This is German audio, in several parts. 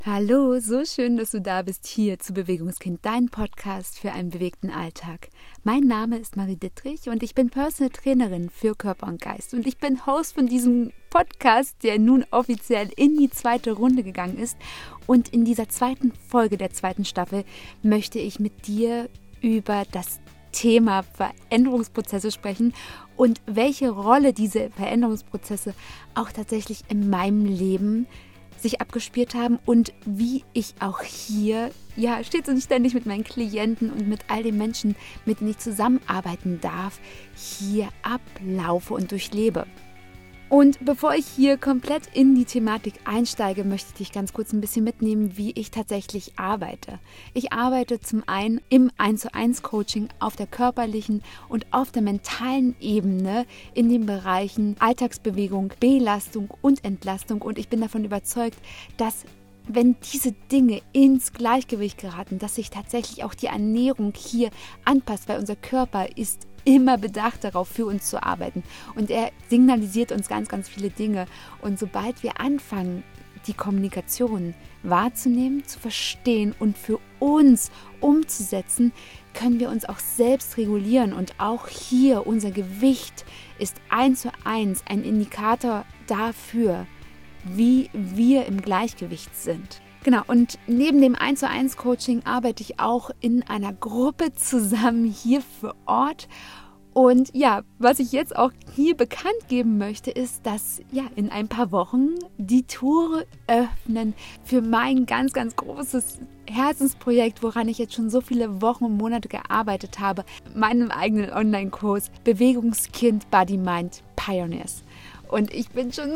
Hallo, so schön, dass du da bist hier zu Bewegungskind, dein Podcast für einen bewegten Alltag. Mein Name ist Marie Dittrich und ich bin Personal Trainerin für Körper und Geist und ich bin Host von diesem Podcast, der nun offiziell in die zweite Runde gegangen ist. Und in dieser zweiten Folge der zweiten Staffel möchte ich mit dir über das Thema Veränderungsprozesse sprechen und welche Rolle diese Veränderungsprozesse auch tatsächlich in meinem Leben sich abgespielt haben und wie ich auch hier stets und ständig mit meinen Klienten und mit all den Menschen, mit denen ich zusammenarbeiten darf, hier ablaufe und durchlebe. Und bevor ich hier komplett in die Thematik einsteige, möchte ich dich ganz kurz ein bisschen mitnehmen, wie ich tatsächlich arbeite. Ich arbeite zum einen im 1:1 Coaching auf der körperlichen und auf der mentalen Ebene in den Bereichen Alltagsbewegung, Belastung und Entlastung. Und ich bin davon überzeugt, dass wenn diese Dinge ins Gleichgewicht geraten, dass sich tatsächlich auch die Ernährung hier anpasst, weil unser Körper ist immer bedacht darauf, für uns zu arbeiten. Und er signalisiert uns ganz, ganz viele Dinge. Und sobald wir anfangen, die Kommunikation wahrzunehmen, zu verstehen und für uns umzusetzen, können wir uns auch selbst regulieren. Und auch hier, unser Gewicht ist 1:1 ein Indikator dafür, wie wir im Gleichgewicht sind. Genau, und neben dem 1:1 Coaching arbeite ich auch in einer Gruppe zusammen hier vor Ort. Und ja, was ich jetzt auch hier bekannt geben möchte, ist, dass in ein paar Wochen die Tore öffnen für mein ganz, ganz großes Herzensprojekt, woran ich jetzt schon so viele Wochen und Monate gearbeitet habe, meinem eigenen Online-Kurs Bewegungskind Body Mind Pioneers. Und ich bin schon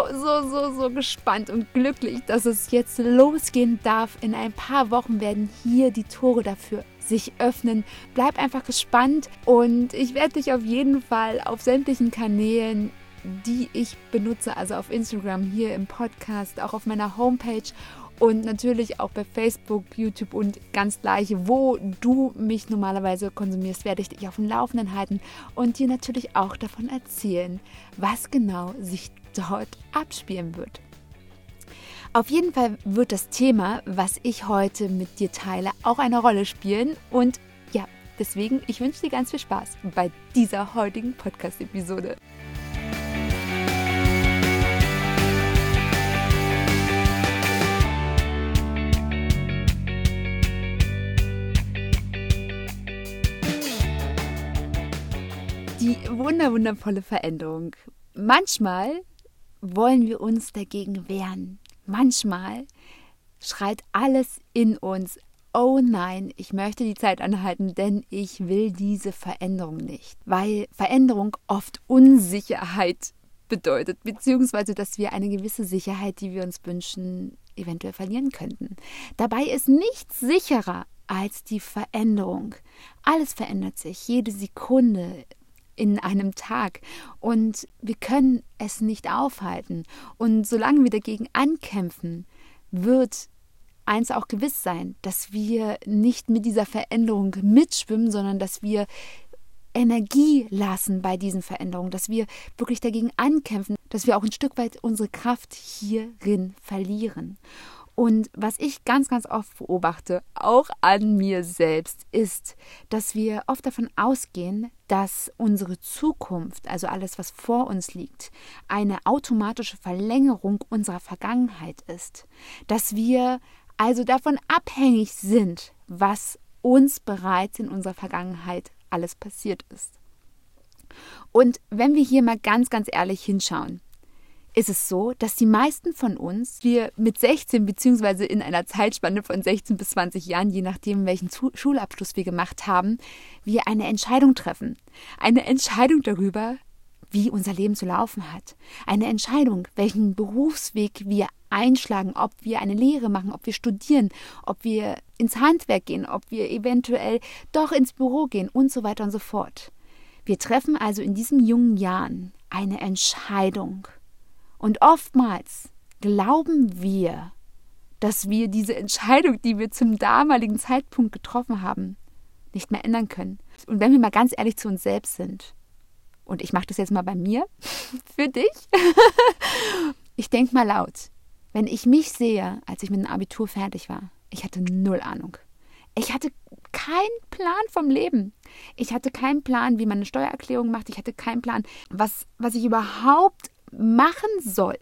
so gespannt und glücklich, dass es jetzt losgehen darf. In ein paar Wochen werden hier die Tore dafür sich öffnen. Bleib einfach gespannt und ich werde dich auf jeden Fall auf sämtlichen Kanälen, die ich benutze, also auf Instagram, hier im Podcast, auch auf meiner Homepage und natürlich auch bei Facebook, YouTube und ganz gleich, wo du mich normalerweise konsumierst, werde ich dich auf dem Laufenden halten und dir natürlich auch davon erzählen, was genau sich dort abspielen wird. Auf jeden Fall wird das Thema, was ich heute mit dir teile, auch eine Rolle spielen und deswegen, ich wünsche dir ganz viel Spaß bei dieser heutigen Podcast-Episode. Die wundervolle Veränderung. Manchmal wollen wir uns dagegen wehren. Manchmal schreit alles in uns, oh nein, ich möchte die Zeit anhalten, denn ich will diese Veränderung nicht. Weil Veränderung oft Unsicherheit bedeutet, beziehungsweise dass wir eine gewisse Sicherheit, die wir uns wünschen, eventuell verlieren könnten. Dabei ist nichts sicherer als die Veränderung. Alles verändert sich, jede Sekunde in einem Tag und wir können es nicht aufhalten. Und solange wir dagegen ankämpfen, wird eins auch gewiss sein, dass wir nicht mit dieser Veränderung mitschwimmen, sondern dass wir Energie lassen bei diesen Veränderungen, dass wir wirklich dagegen ankämpfen, dass wir auch ein Stück weit unsere Kraft hierin verlieren. Und was ich ganz, ganz oft beobachte, auch an mir selbst, ist, dass wir oft davon ausgehen, dass unsere Zukunft, also alles, was vor uns liegt, eine automatische Verlängerung unserer Vergangenheit ist. Dass wir also davon abhängig sind, was uns bereits in unserer Vergangenheit alles passiert ist. Und wenn wir hier mal ganz, ganz ehrlich hinschauen, ist es so, dass die meisten von uns, wir mit 16 bzw. in einer Zeitspanne von 16 bis 20 Jahren, je nachdem, welchen Schulabschluss wir gemacht haben, wir eine Entscheidung treffen. Eine Entscheidung darüber, wie unser Leben zu laufen hat. Eine Entscheidung, welchen Berufsweg wir einschlagen, ob wir eine Lehre machen, ob wir studieren, ob wir ins Handwerk gehen, ob wir eventuell doch ins Büro gehen und so weiter und so fort. Wir treffen also in diesen jungen Jahren eine Entscheidung. Und oftmals glauben wir, dass wir diese Entscheidung, die wir zum damaligen Zeitpunkt getroffen haben, nicht mehr ändern können. Und wenn wir mal ganz ehrlich zu uns selbst sind, und ich mache das jetzt mal bei mir, für dich, ich denke mal laut, Wenn ich mich sehe, als ich mit dem Abitur fertig war, ich hatte null Ahnung. Ich hatte keinen Plan vom Leben. Ich hatte keinen Plan, wie man eine Steuererklärung macht. Ich hatte keinen Plan, was ich überhaupt machen soll.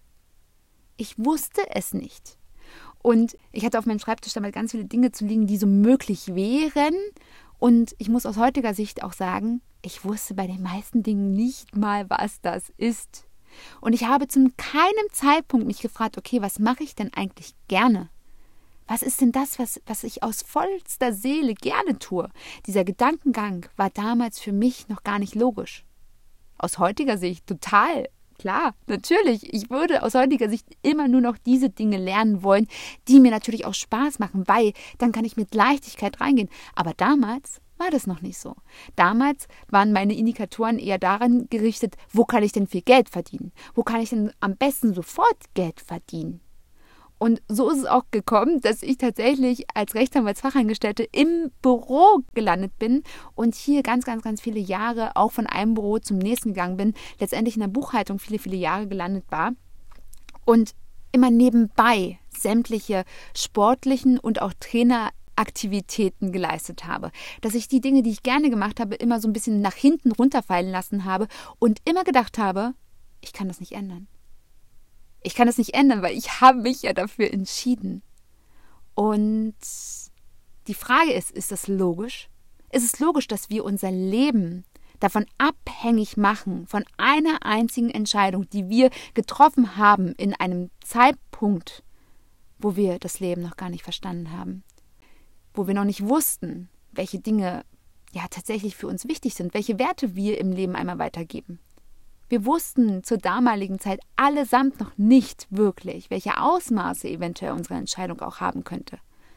Ich wusste es nicht. Und ich hatte auf meinem Schreibtisch damit ganz viele Dinge zu liegen, die so möglich wären. Und ich muss aus heutiger Sicht auch sagen, ich wusste bei den meisten Dingen nicht mal, was das ist. Und ich habe zu keinem Zeitpunkt mich gefragt, okay, was mache ich denn eigentlich gerne? Was ist denn das, was ich aus vollster Seele gerne tue? Dieser Gedankengang war damals für mich noch gar nicht logisch. Aus heutiger Sicht total. Klar, natürlich. Ich würde aus heutiger Sicht immer nur noch diese Dinge lernen wollen, die mir natürlich auch Spaß machen, weil dann kann ich mit Leichtigkeit reingehen. Aber damals war das noch nicht so. Damals waren meine Indikatoren eher daran gerichtet, wo kann ich denn viel Geld verdienen? Wo kann ich denn am besten sofort Geld verdienen? Und so ist es auch gekommen, dass ich tatsächlich als Rechtsanwaltsfachangestellte im Büro gelandet bin und hier ganz, ganz, ganz viele Jahre auch von einem Büro zum nächsten gegangen bin, letztendlich in der Buchhaltung viele, viele Jahre gelandet war und immer nebenbei sämtliche sportlichen und auch Traineraktivitäten geleistet habe. Dass ich die Dinge, die ich gerne gemacht habe, immer so ein bisschen nach hinten runterfallen lassen habe und immer gedacht habe, ich kann das nicht ändern. Ich kann das nicht ändern, weil ich habe mich ja dafür entschieden. Und die Frage ist das logisch? Ist es logisch, dass wir unser Leben davon abhängig machen, von einer einzigen Entscheidung, die wir getroffen haben in einem Zeitpunkt, wo wir das Leben noch gar nicht verstanden haben? Wo wir noch nicht wussten, welche Dinge ja tatsächlich für uns wichtig sind, welche Werte wir im Leben einmal weitergeben. Wir wussten zur damaligen Zeit allesamt noch nicht wirklich, welche Ausmaße eventuell unsere Entscheidung auch haben könnte.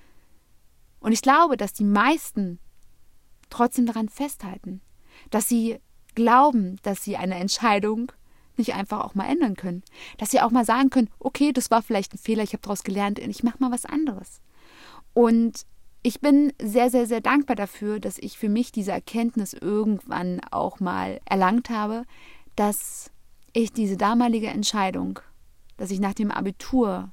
Und ich glaube, dass die meisten trotzdem daran festhalten, dass sie glauben, dass sie eine Entscheidung nicht einfach auch mal ändern können. Dass sie auch mal sagen können, okay, das war vielleicht ein Fehler, ich habe daraus gelernt und ich mache mal was anderes. Und ich bin sehr, sehr, sehr dankbar dafür, dass ich für mich diese Erkenntnis irgendwann auch mal erlangt habe, dass ich diese damalige Entscheidung, dass ich nach dem Abitur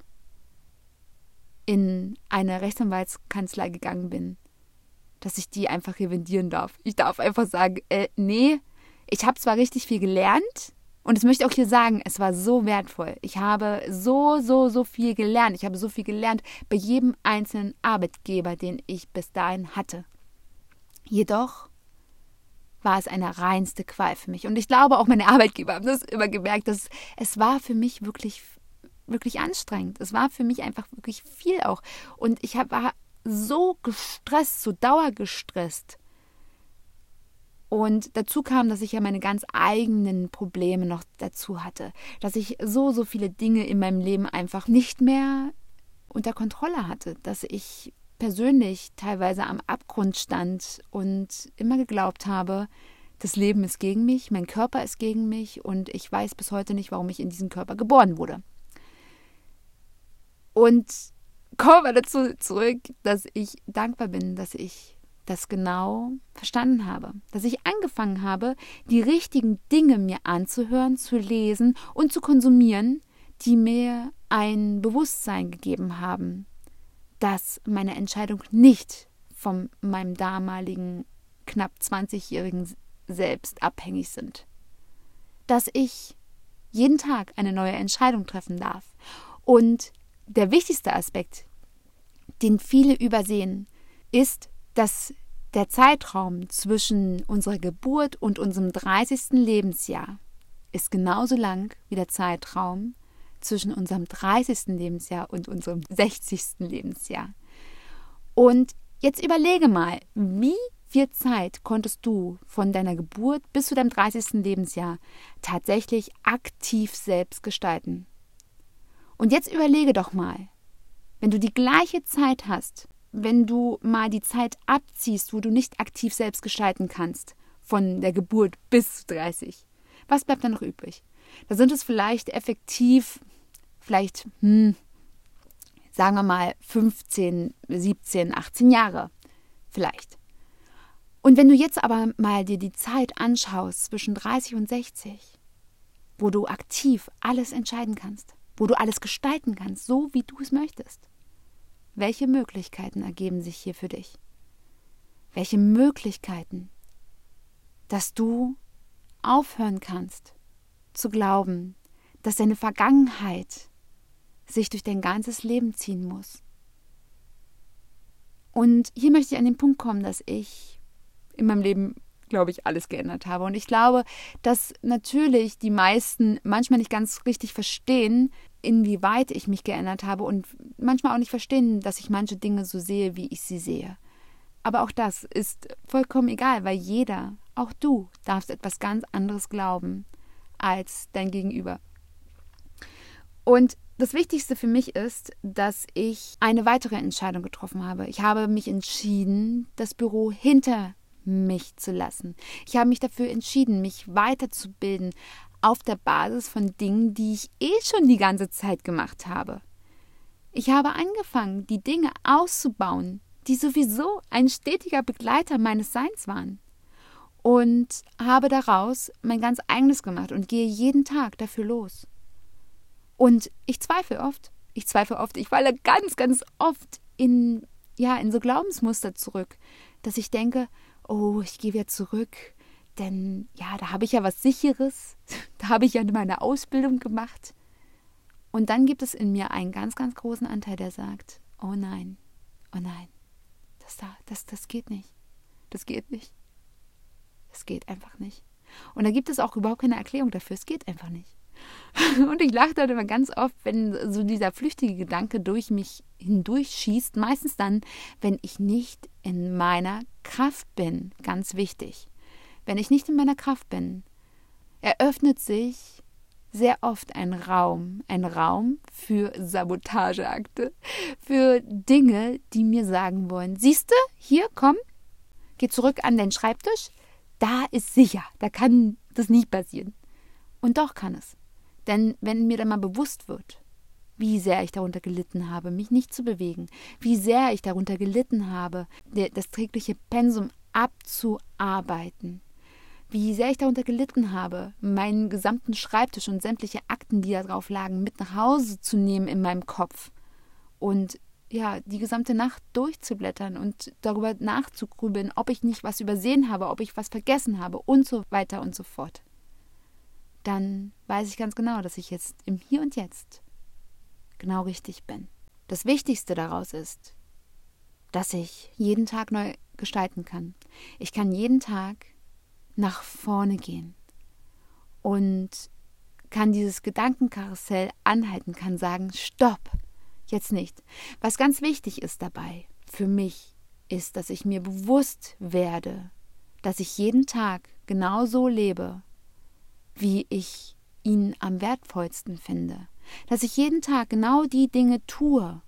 in eine Rechtsanwaltskanzlei gegangen bin, dass ich die einfach revidieren darf. Ich darf einfach sagen, nee, ich habe zwar richtig viel gelernt und das möchte ich auch hier sagen, es war so wertvoll. Ich habe so viel gelernt. Ich habe so viel gelernt bei jedem einzelnen Arbeitgeber, den ich bis dahin hatte. Jedoch war es eine reinste Qual für mich. Und ich glaube, auch meine Arbeitgeber haben das immer gemerkt, dass es war für mich wirklich, wirklich anstrengend. Es war für mich einfach wirklich viel auch. Und ich war so gestresst, so dauergestresst. Und dazu kam, dass ich ja meine ganz eigenen Probleme noch dazu hatte. Dass ich so viele Dinge in meinem Leben einfach nicht mehr unter Kontrolle hatte. Dass ich persönlich teilweise am Abgrund stand und immer geglaubt habe, das Leben ist gegen mich, mein Körper ist gegen mich und ich weiß bis heute nicht, warum ich in diesem Körper geboren wurde. Und kommen wir dazu zurück, dass ich dankbar bin, dass ich das genau verstanden habe. Dass ich angefangen habe, die richtigen Dinge mir anzuhören, zu lesen und zu konsumieren, die mir ein Bewusstsein gegeben haben, dass meine Entscheidung nicht von meinem damaligen knapp 20-jährigen Selbst abhängig sind. Dass ich jeden Tag eine neue Entscheidung treffen darf. Und der wichtigste Aspekt, den viele übersehen, ist, dass der Zeitraum zwischen unserer Geburt und unserem 30. Lebensjahr ist genauso lang wie der Zeitraum zwischen unserem 30. Lebensjahr und unserem 60. Lebensjahr. Und jetzt überlege mal, wie viel Zeit konntest du von deiner Geburt bis zu deinem 30. Lebensjahr tatsächlich aktiv selbst gestalten? Und jetzt überlege doch mal, wenn du die gleiche Zeit hast, wenn du mal die Zeit abziehst, wo du nicht aktiv selbst gestalten kannst, von der Geburt bis zu 30, was bleibt dann noch übrig? Da sind es vielleicht effektiv, sagen wir mal 15, 17, 18 Jahre vielleicht. Und wenn du jetzt aber mal dir die Zeit anschaust zwischen 30 und 60, wo du aktiv alles entscheiden kannst, wo du alles gestalten kannst, so wie du es möchtest. Welche Möglichkeiten ergeben sich hier für dich? Welche Möglichkeiten, dass du aufhören kannst zu glauben, dass deine Vergangenheit sich durch dein ganzes Leben ziehen muss. Und hier möchte ich an den Punkt kommen, dass ich in meinem Leben, glaube ich, alles geändert habe. Und ich glaube, dass natürlich die meisten manchmal nicht ganz richtig verstehen, inwieweit ich mich geändert habe und manchmal auch nicht verstehen, dass ich manche Dinge so sehe, wie ich sie sehe. Aber auch das ist vollkommen egal, weil jeder, auch du, darfst etwas ganz anderes glauben als dein Gegenüber. Und das Wichtigste für mich ist, dass ich eine weitere Entscheidung getroffen habe. Ich habe mich entschieden, das Büro hinter mich zu lassen. Ich habe mich dafür entschieden, mich weiterzubilden auf der Basis von Dingen, die ich schon die ganze Zeit gemacht habe. Ich habe angefangen, die Dinge auszubauen, die sowieso ein stetiger Begleiter meines Seins waren. Und habe daraus mein ganz eigenes gemacht und gehe jeden Tag dafür los. Und ich zweifle oft. Ich falle ganz, ganz oft in so Glaubensmuster zurück, dass ich denke, oh, ich gehe wieder zurück, denn da habe ich ja was Sicheres, da habe ich ja meine Ausbildung gemacht. Und dann gibt es in mir einen ganz, ganz großen Anteil, der sagt, oh nein, das geht nicht, das geht nicht, es geht einfach nicht. Und da gibt es auch überhaupt keine Erklärung dafür, es geht einfach nicht. Und ich lache dann immer ganz oft, wenn so dieser flüchtige Gedanke durch mich hindurchschießt, meistens dann, wenn ich nicht in meiner Kraft bin, ganz wichtig. Wenn ich nicht in meiner Kraft bin, eröffnet sich sehr oft ein Raum für Sabotageakte, für Dinge, die mir sagen wollen, siehste, hier, komm, geh zurück an den Schreibtisch, da ist sicher, da kann das nicht passieren. Und doch kann es. Denn wenn mir dann mal bewusst wird, wie sehr ich darunter gelitten habe, mich nicht zu bewegen, wie sehr ich darunter gelitten habe, das tägliche Pensum abzuarbeiten, wie sehr ich darunter gelitten habe, meinen gesamten Schreibtisch und sämtliche Akten, die da drauf lagen, mit nach Hause zu nehmen in meinem Kopf und die gesamte Nacht durchzublättern und darüber nachzugrübeln, ob ich nicht was übersehen habe, ob ich was vergessen habe und so weiter und so fort. Dann weiß ich ganz genau, dass ich jetzt im Hier und Jetzt genau richtig bin. Das Wichtigste daraus ist, dass ich jeden Tag neu gestalten kann. Ich kann jeden Tag nach vorne gehen und kann dieses Gedankenkarussell anhalten, kann sagen, stopp, jetzt nicht. Was ganz wichtig ist dabei für mich, ist, dass ich mir bewusst werde, dass ich jeden Tag genau so lebe, wie ich ihn am wertvollsten finde. Dass ich jeden Tag genau die Dinge tue,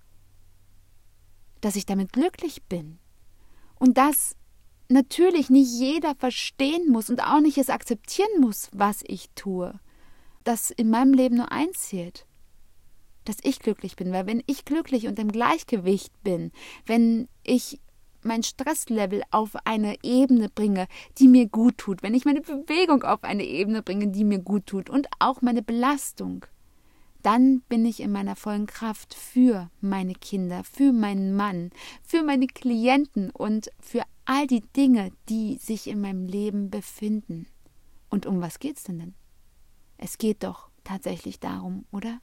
dass ich damit glücklich bin. Und dass natürlich nicht jeder verstehen muss und auch nicht es akzeptieren muss, was ich tue. Dass in meinem Leben nur eins zählt, dass ich glücklich bin. Weil wenn ich glücklich und im Gleichgewicht bin, wenn ich mein Stresslevel auf eine Ebene bringe, die mir gut tut, wenn ich meine Bewegung auf eine Ebene bringe, die mir gut tut und auch meine Belastung, dann bin ich in meiner vollen Kraft für meine Kinder, für meinen Mann, für meine Klienten und für all die Dinge, die sich in meinem Leben befinden. Und um was geht's denn? Es geht doch tatsächlich darum, oder?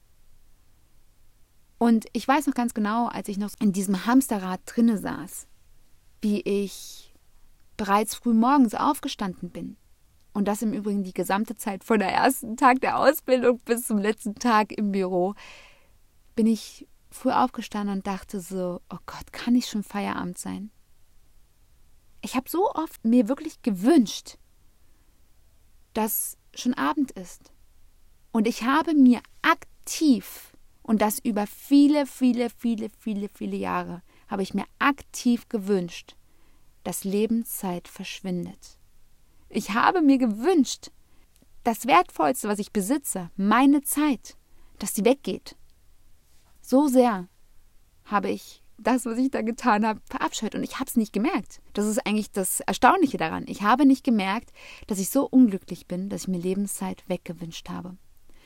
Und ich weiß noch ganz genau, als ich noch in diesem Hamsterrad drinne saß, wie ich bereits früh morgens aufgestanden bin. Und das im Übrigen die gesamte Zeit von der ersten Tag der Ausbildung bis zum letzten Tag im Büro, bin ich früh aufgestanden und dachte so, oh Gott, kann ich schon Feierabend sein? Ich habe so oft mir wirklich gewünscht, dass schon Abend ist. Und ich habe mir aktiv, und das über viele, viele, viele, viele, viele Jahre, habe ich mir aktiv gewünscht, dass Lebenszeit verschwindet. Ich habe mir gewünscht, das Wertvollste, was ich besitze, meine Zeit, dass sie weggeht. So sehr habe ich das, was ich da getan habe, verabscheut. Und ich habe es nicht gemerkt. Das ist eigentlich das Erstaunliche daran. Ich habe nicht gemerkt, dass ich so unglücklich bin, dass ich mir Lebenszeit weggewünscht habe.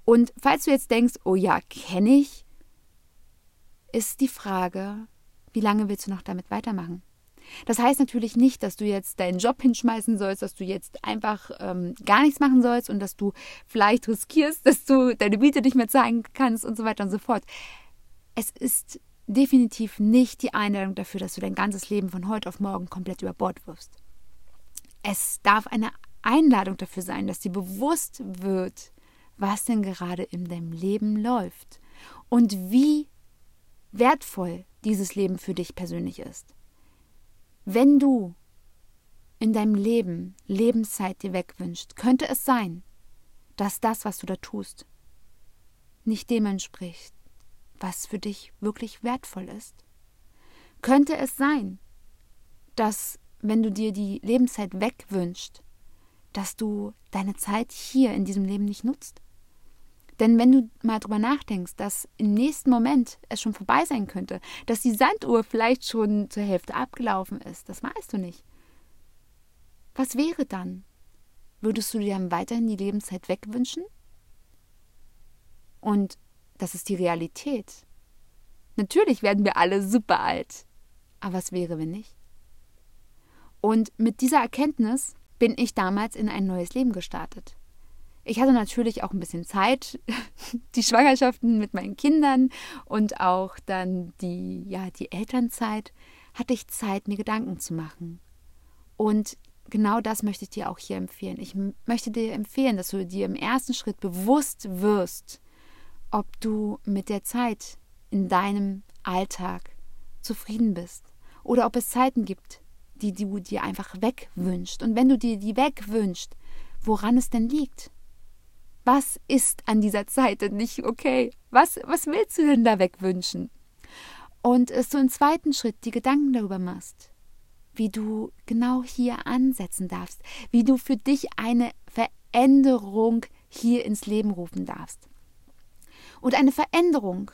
Und falls du jetzt denkst, oh ja, kenne ich, ist die Frage, wie lange willst du noch damit weitermachen? Das heißt natürlich nicht, dass du jetzt deinen Job hinschmeißen sollst, dass du jetzt einfach gar nichts machen sollst und dass du vielleicht riskierst, dass du deine Miete nicht mehr zahlen kannst und so weiter und so fort. Es ist definitiv nicht die Einladung dafür, dass du dein ganzes Leben von heute auf morgen komplett über Bord wirfst. Es darf eine Einladung dafür sein, dass dir bewusst wird, was denn gerade in deinem Leben läuft und wie wertvoll dieses Leben für dich persönlich ist. Wenn du in deinem Leben Lebenszeit dir wegwünschst, könnte es sein, dass das, was du da tust, nicht dem entspricht, was für dich wirklich wertvoll ist. Könnte es sein, dass, wenn du dir die Lebenszeit wegwünschst, dass du deine Zeit hier in diesem Leben nicht nutzt? Denn wenn du mal drüber nachdenkst, dass im nächsten Moment es schon vorbei sein könnte, dass die Sanduhr vielleicht schon zur Hälfte abgelaufen ist, das weißt du nicht. Was wäre dann? Würdest du dir dann weiterhin die Lebenszeit wegwünschen? Und das ist die Realität. Natürlich werden wir alle super alt. Aber was wäre, wenn nicht? Und mit dieser Erkenntnis bin ich damals in ein neues Leben gestartet. Ich hatte natürlich auch ein bisschen Zeit, die Schwangerschaften mit meinen Kindern und auch dann die Elternzeit, hatte ich Zeit, mir Gedanken zu machen. Und genau das möchte ich dir auch hier empfehlen. Ich möchte dir empfehlen, dass du dir im ersten Schritt bewusst wirst, ob du mit der Zeit in deinem Alltag zufrieden bist oder ob es Zeiten gibt, die du dir einfach wegwünschst. Und wenn du dir die wegwünschst, woran es denn liegt? Was ist an dieser Zeit denn nicht okay? Was willst du denn da wegwünschen? Und dass du im zweiten Schritt die Gedanken darüber machst, wie du genau hier ansetzen darfst, wie du für dich eine Veränderung hier ins Leben rufen darfst. Und eine Veränderung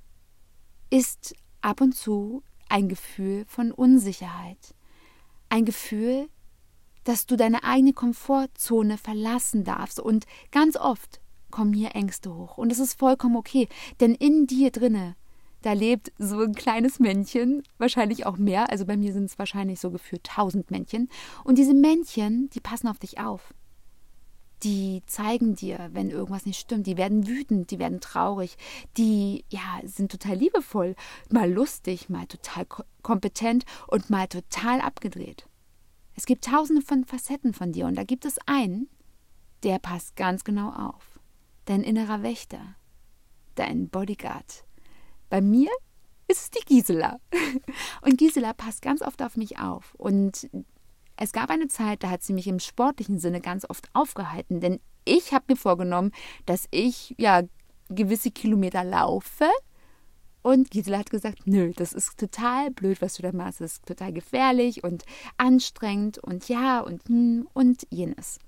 ist ab und zu ein Gefühl von Unsicherheit. Ein Gefühl, dass du deine eigene Komfortzone verlassen darfst. Und ganz oft kommen hier Ängste hoch. Und es ist vollkommen okay, denn in dir drinne, da lebt so ein kleines Männchen, wahrscheinlich auch mehr, also bei mir sind es wahrscheinlich so gefühlt 1000 Männchen. Und diese Männchen, die passen auf dich auf. Die zeigen dir, wenn irgendwas nicht stimmt. Die werden wütend, die werden traurig. Die sind total liebevoll, mal lustig, mal total kompetent und mal total abgedreht. Es gibt tausende von Facetten von dir und da gibt es einen, der passt ganz genau auf. Dein innerer Wächter, dein Bodyguard. Bei mir ist es die Gisela. Und Gisela passt ganz oft auf mich auf. Und es gab eine Zeit, da hat sie mich im sportlichen Sinne ganz oft aufgehalten. Denn ich habe mir vorgenommen, dass ich gewisse Kilometer laufe. Und Gisela hat gesagt, nö, das ist total blöd, was du da machst. Das ist total gefährlich und anstrengend und und jenes.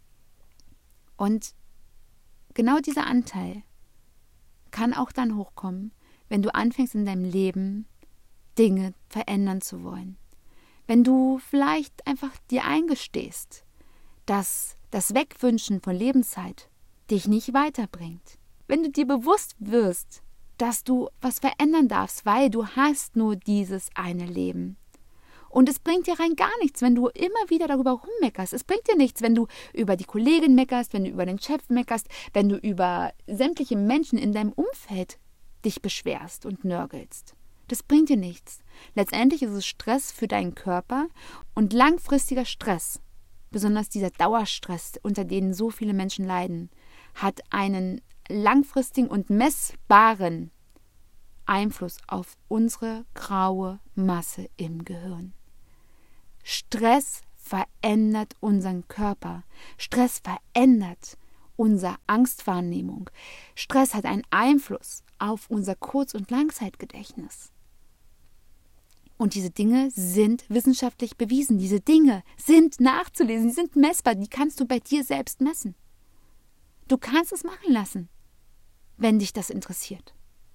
Und genau dieser Anteil kann auch dann hochkommen, wenn du anfängst in deinem Leben Dinge verändern zu wollen. Wenn du vielleicht einfach dir eingestehst, dass das Wegwünschen von Lebenszeit dich nicht weiterbringt. Wenn du dir bewusst wirst, dass du was verändern darfst, weil du hast nur dieses eine Leben. Und es bringt dir rein gar nichts, wenn du immer wieder darüber rummeckerst. Es bringt dir nichts, wenn du über die Kollegin meckerst, wenn du über den Chef meckerst, wenn du über sämtliche Menschen in deinem Umfeld dich beschwerst und nörgelst. Das bringt dir nichts. Letztendlich ist es Stress für deinen Körper und langfristiger Stress, besonders dieser Dauerstress, unter dem so viele Menschen leiden, hat einen langfristigen und messbaren Einfluss auf unsere graue Masse im Gehirn. Stress verändert unseren Körper. Stress verändert unsere Angstwahrnehmung. Stress hat einen Einfluss auf unser Kurz- und Langzeitgedächtnis. Und diese Dinge sind wissenschaftlich bewiesen. Diese Dinge sind nachzulesen, die sind messbar, die kannst du bei dir selbst messen. Du kannst es machen lassen, wenn dich das interessiert.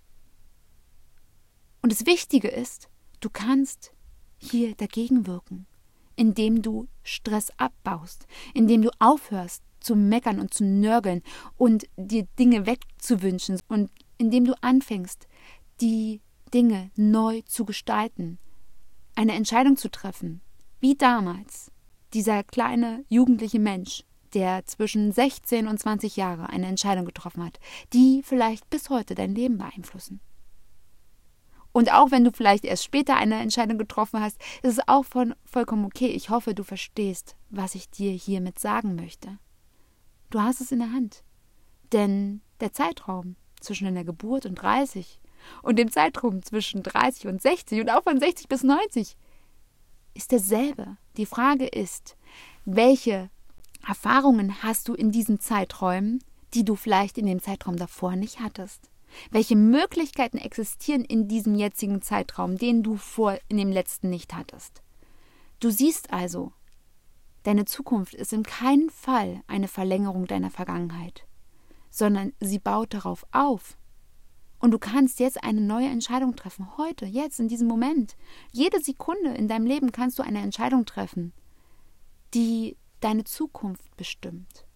Und das Wichtige ist, du kannst hier dagegen wirken, indem du Stress abbaust, indem du aufhörst zu meckern und zu nörgeln und dir Dinge wegzuwünschen. Und indem du anfängst, die Dinge neu zu gestalten, eine Entscheidung zu treffen, wie damals dieser kleine jugendliche Mensch, der zwischen 16 und 20 Jahre eine Entscheidung getroffen hat, die vielleicht bis heute dein Leben beeinflussen. Und auch wenn du vielleicht erst später eine Entscheidung getroffen hast, ist es auch vollkommen okay. Ich hoffe, du verstehst, was ich dir hiermit sagen möchte. Du hast es in der Hand. Denn der Zeitraum zwischen deiner Geburt und 30 und dem Zeitraum zwischen 30 und 60 und auch von 60 bis 90 ist derselbe. Die Frage ist, welche Erfahrungen hast du in diesen Zeiträumen, die du vielleicht in dem Zeitraum davor nicht hattest? Welche Möglichkeiten existieren in diesem jetzigen Zeitraum, den du in dem letzten nicht hattest? Du siehst also, deine Zukunft ist in keinem Fall eine Verlängerung deiner Vergangenheit, sondern sie baut darauf auf. Und du kannst jetzt eine neue Entscheidung treffen, heute, jetzt, in diesem Moment. Jede Sekunde in deinem Leben kannst du eine Entscheidung treffen, die deine Zukunft bestimmt.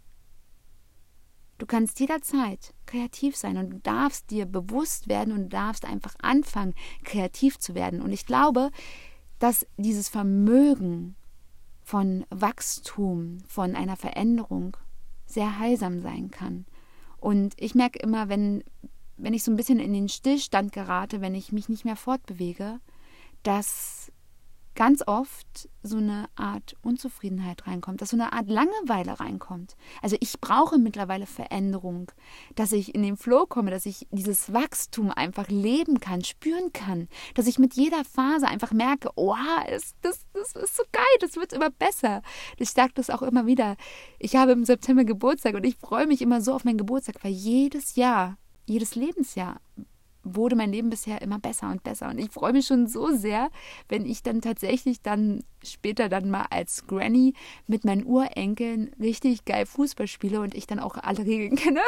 Du kannst jederzeit kreativ sein und du darfst dir bewusst werden und du darfst einfach anfangen, kreativ zu werden. Und ich glaube, dass dieses Vermögen von Wachstum, von einer Veränderung sehr heilsam sein kann. Und ich merke immer, wenn ich so ein bisschen in den Stillstand gerate, wenn ich mich nicht mehr fortbewege, dass ganz oft so eine Art Unzufriedenheit reinkommt, dass so eine Art Langeweile reinkommt. Also ich brauche mittlerweile Veränderung, dass ich in den Flow komme, dass ich dieses Wachstum einfach leben kann, spüren kann, dass ich mit jeder Phase einfach merke, oh, das ist so geil, das wird immer besser. Ich sage das auch immer wieder. Ich habe im September Geburtstag und ich freue mich immer so auf meinen Geburtstag, weil jedes Lebensjahr wurde mein Leben bisher immer besser und besser. Und ich freue mich schon so sehr, wenn ich dann tatsächlich dann später dann mal als Granny mit meinen Urenkeln richtig geil Fußball spiele und ich dann auch alle Regeln kenne.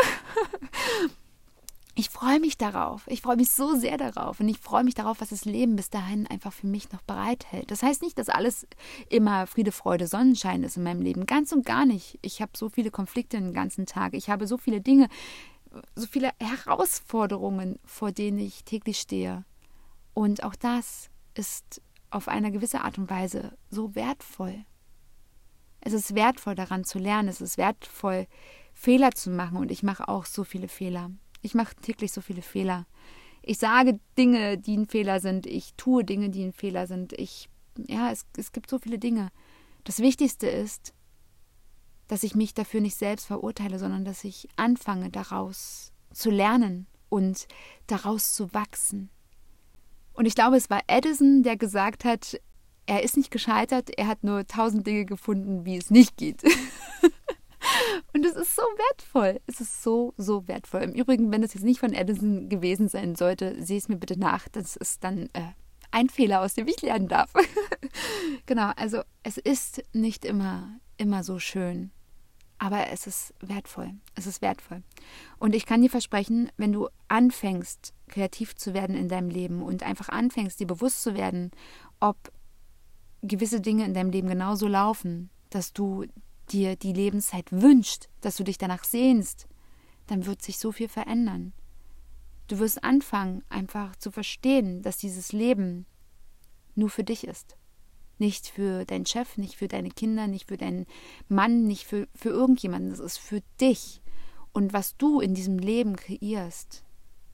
Ich freue mich darauf. Ich freue mich so sehr darauf. Und ich freue mich darauf, was das Leben bis dahin einfach für mich noch bereithält. Das heißt nicht, dass alles immer Friede, Freude, Sonnenschein ist in meinem Leben. Ganz und gar nicht. Ich habe so viele Konflikte den ganzen Tag. Ich habe so viele Dinge, so viele Herausforderungen, vor denen ich täglich stehe. Und auch das ist auf eine gewisse Art und Weise so wertvoll. Es ist wertvoll, daran zu lernen. Es ist wertvoll, Fehler zu machen. Und ich mache auch so viele Fehler. Ich mache täglich so viele Fehler. Ich sage Dinge, die ein Fehler sind. Ich tue Dinge, die ein Fehler sind. Es gibt so viele Dinge. Das Wichtigste ist, dass ich mich dafür nicht selbst verurteile, sondern dass ich anfange, daraus zu lernen und daraus zu wachsen. Und ich glaube, es war Edison, der gesagt hat, er ist nicht gescheitert, er hat nur 1000 Dinge gefunden, wie es nicht geht. Und es ist so wertvoll. Es ist so, so wertvoll. Im Übrigen, wenn es jetzt nicht von Edison gewesen sein sollte, sehe es mir bitte nach. Das ist dann ein Fehler, aus dem ich lernen darf. Genau, also es ist nicht immer so schön. Aber es ist wertvoll. Es ist wertvoll. Und ich kann dir versprechen, wenn du anfängst, kreativ zu werden in deinem Leben und einfach anfängst, dir bewusst zu werden, ob gewisse Dinge in deinem Leben genauso laufen, dass du dir die Lebenszeit wünschst, dass du dich danach sehnst, dann wird sich so viel verändern. Du wirst anfangen, einfach zu verstehen, dass dieses Leben nur für dich ist. Nicht für deinen Chef, nicht für deine Kinder, nicht für deinen Mann, nicht für irgendjemanden. Es ist für dich. Und was du in diesem Leben kreierst,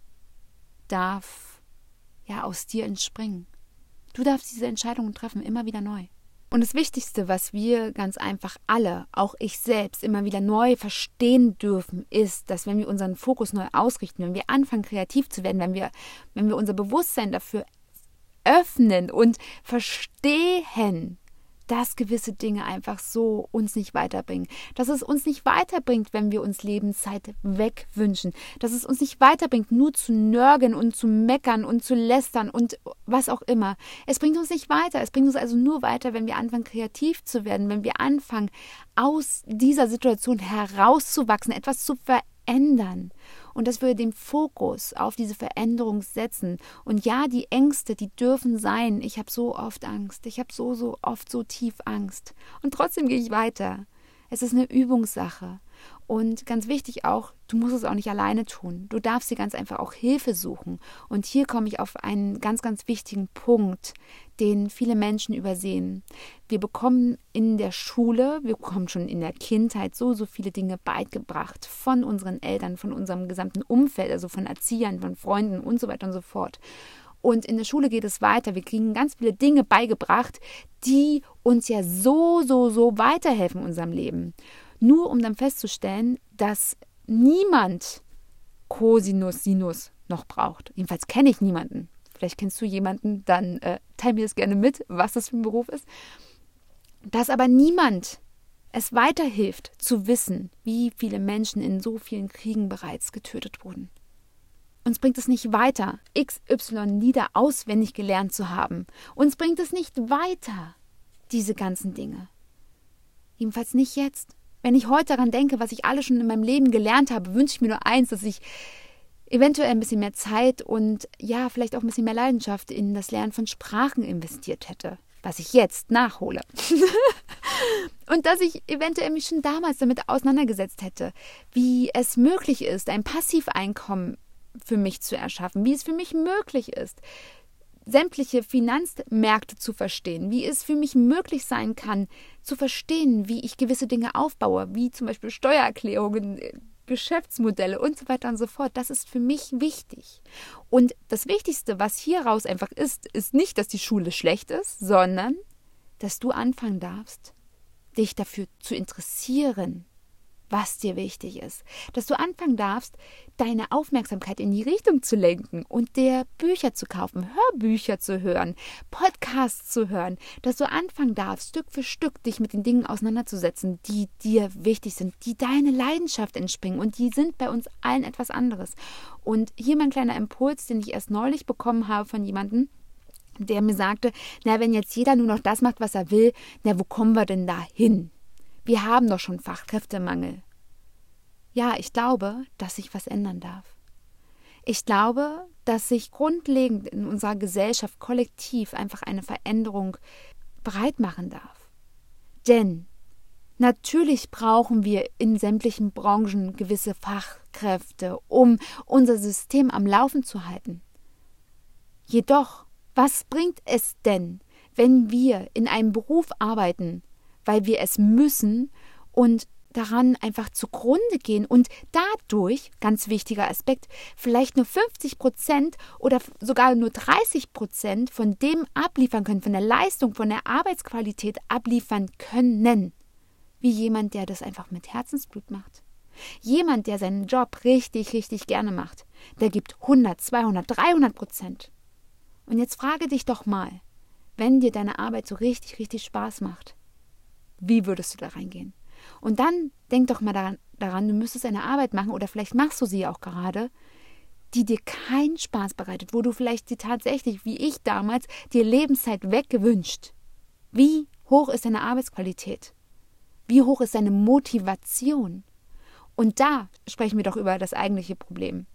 darf ja aus dir entspringen. Du darfst diese Entscheidungen treffen, immer wieder neu. Und das Wichtigste, was wir ganz einfach alle, auch ich selbst, immer wieder neu verstehen dürfen, ist, dass wenn wir unseren Fokus neu ausrichten, wenn wir anfangen, kreativ zu werden, wenn wir unser Bewusstsein dafür öffnen und verstehen, dass gewisse Dinge einfach so uns nicht weiterbringen. Dass es uns nicht weiterbringt, wenn wir uns Lebenszeit wegwünschen. Dass es uns nicht weiterbringt, nur zu nörgeln und zu meckern und zu lästern und was auch immer. Es bringt uns nicht weiter. Es bringt uns also nur weiter, wenn wir anfangen, kreativ zu werden, wenn wir anfangen, aus dieser Situation herauszuwachsen, etwas zu verändern. Und dass wir den Fokus auf diese Veränderung setzen. Und ja, die Ängste, die dürfen sein. Ich habe so oft Angst. Ich habe so oft so tief Angst. Und trotzdem gehe ich weiter. Es ist eine Übungssache. Und ganz wichtig auch, du musst es auch nicht alleine tun. Du darfst dir ganz einfach auch Hilfe suchen. Und hier komme ich auf einen ganz, ganz wichtigen Punkt, den viele Menschen übersehen. Wir bekommen in der Schule, wir bekommen schon in der Kindheit so viele Dinge beigebracht von unseren Eltern, von unserem gesamten Umfeld, also von Erziehern, von Freunden und so weiter und so fort. Und in der Schule geht es weiter. Wir kriegen ganz viele Dinge beigebracht, die uns ja so weiterhelfen in unserem Leben. Nur um dann festzustellen, dass niemand Cosinus, Sinus noch braucht. Jedenfalls kenne ich niemanden. Vielleicht kennst du jemanden, dann teil mir das gerne mit, was das für ein Beruf ist. Dass aber niemand es weiterhilft, zu wissen, wie viele Menschen in so vielen Kriegen bereits getötet wurden. Uns bringt es nicht weiter, XY-Lieder auswendig gelernt zu haben. Uns bringt es nicht weiter, diese ganzen Dinge. Jedenfalls nicht jetzt. Wenn ich heute daran denke, was ich alles schon in meinem Leben gelernt habe, wünsche ich mir nur eins, dass ich eventuell ein bisschen mehr Zeit und ja, vielleicht auch ein bisschen mehr Leidenschaft in das Lernen von Sprachen investiert hätte, was ich jetzt nachhole. Und dass ich eventuell mich schon damals damit auseinandergesetzt hätte, wie es möglich ist, ein Passiveinkommen für mich zu erschaffen, wie es für mich möglich ist, sämtliche Finanzmärkte zu verstehen, wie es für mich möglich sein kann, zu verstehen, wie ich gewisse Dinge aufbaue, wie zum Beispiel Steuererklärungen, Geschäftsmodelle und so weiter und so fort. Das ist für mich wichtig. Und das Wichtigste, was hieraus einfach ist nicht, dass die Schule schlecht ist, sondern, dass du anfangen darfst, dich dafür zu interessieren, was dir wichtig ist. Dass du anfangen darfst, deine Aufmerksamkeit in die Richtung zu lenken und dir Bücher zu kaufen, Hörbücher zu hören, Podcasts zu hören. Dass du anfangen darfst, Stück für Stück dich mit den Dingen auseinanderzusetzen, die dir wichtig sind, die deine Leidenschaft entspringen. Und die sind bei uns allen etwas anderes. Und hier mein kleiner Impuls, den ich erst neulich bekommen habe von jemandem, der mir sagte, na, wenn jetzt jeder nur noch das macht, was er will, na, wo kommen wir denn da hin? Wir haben doch schon Fachkräftemangel. Ja, ich glaube, dass sich was ändern darf. Ich glaube, dass sich grundlegend in unserer Gesellschaft kollektiv einfach eine Veränderung bereit machen darf. Denn natürlich brauchen wir in sämtlichen Branchen gewisse Fachkräfte, um unser System am Laufen zu halten. Jedoch, was bringt es denn, wenn wir in einem Beruf arbeiten, weil wir es müssen und daran einfach zugrunde gehen und dadurch, ganz wichtiger Aspekt, vielleicht nur 50% oder sogar nur 30% von dem abliefern können, von der Leistung, von der Arbeitsqualität abliefern können, wie jemand, der das einfach mit Herzensblut macht. Jemand, der seinen Job richtig, richtig gerne macht, der gibt 100, 200, 300%. Und jetzt frage dich doch mal, wenn dir deine Arbeit so richtig, richtig Spaß macht, wie würdest du da reingehen? Und dann denk doch mal daran, du müsstest eine Arbeit machen oder vielleicht machst du sie auch gerade, die dir keinen Spaß bereitet, wo du vielleicht die tatsächlich, wie ich damals, dir Lebenszeit weggewünscht. Wie hoch ist deine Arbeitsqualität? Wie hoch ist deine Motivation? Und da sprechen wir doch über das eigentliche Problem.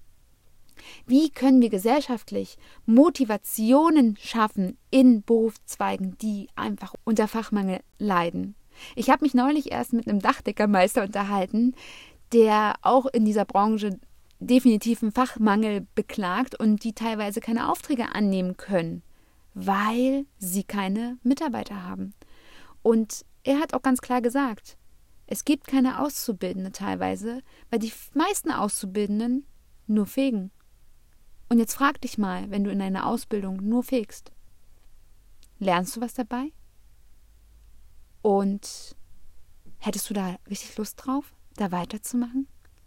Wie können wir gesellschaftlich Motivationen schaffen in Berufszweigen, die einfach unter Fachmangel leiden? Ich habe mich neulich erst mit einem Dachdeckermeister unterhalten, der auch in dieser Branche definitiv einen Fachmangel beklagt und die teilweise keine Aufträge annehmen können, weil sie keine Mitarbeiter haben. Und er hat auch ganz klar gesagt, es gibt keine Auszubildende teilweise, weil die meisten Auszubildenden nur fegen. Und jetzt frag dich mal, wenn du in einer Ausbildung nur fegst, lernst du was dabei? Und hättest du da richtig Lust drauf, da weiterzumachen?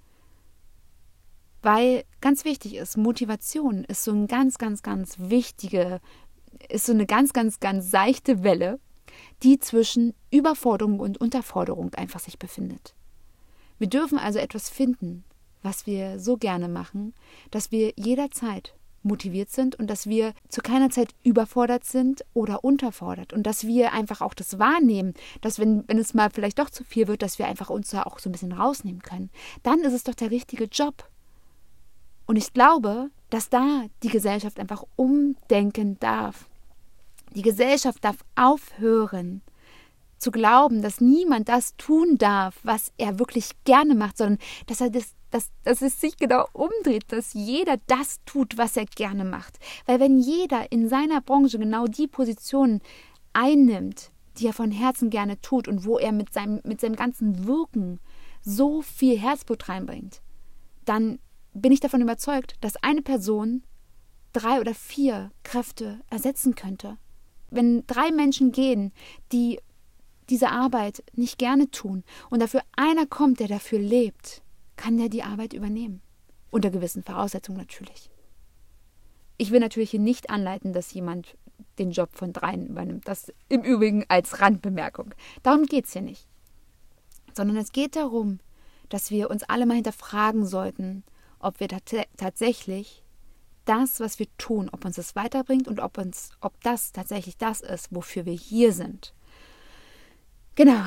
Weil ganz wichtig ist, Motivation ist so ein ganz wichtige, ist so eine ganz seichte Welle, die zwischen Überforderung und Unterforderung einfach sich befindet. Wir dürfen also etwas finden, was wir so gerne machen, dass wir jederzeit motiviert sind und dass wir zu keiner Zeit überfordert sind oder unterfordert und dass wir einfach auch das wahrnehmen, dass wenn es mal vielleicht doch zu viel wird, dass wir einfach uns da auch so ein bisschen rausnehmen können. Dann ist es doch der richtige Job. Und ich glaube, dass da die Gesellschaft einfach umdenken darf. Die Gesellschaft darf aufhören, zu glauben, dass niemand das tun darf, was er wirklich gerne macht, sondern dass es sich genau umdreht, dass jeder das tut, was er gerne macht. Weil wenn jeder in seiner Branche genau die Position einnimmt, die er von Herzen gerne tut und wo er mit seinem ganzen Wirken so viel Herzblut reinbringt, dann bin ich davon überzeugt, dass eine Person 3 oder 4 Kräfte ersetzen könnte. Wenn 3 Menschen gehen, die diese Arbeit nicht gerne tun und dafür einer kommt, der dafür lebt, kann der die Arbeit übernehmen. Unter gewissen Voraussetzungen natürlich. Ich will natürlich hier nicht anleiten, dass jemand den Job von 3 übernimmt. Das im Übrigen als Randbemerkung. Darum geht es hier nicht. Sondern es geht darum, dass wir uns alle mal hinterfragen sollten, ob wir tatsächlich das, was wir tun, ob uns das weiterbringt und ob das tatsächlich das ist, wofür wir hier sind. Genau.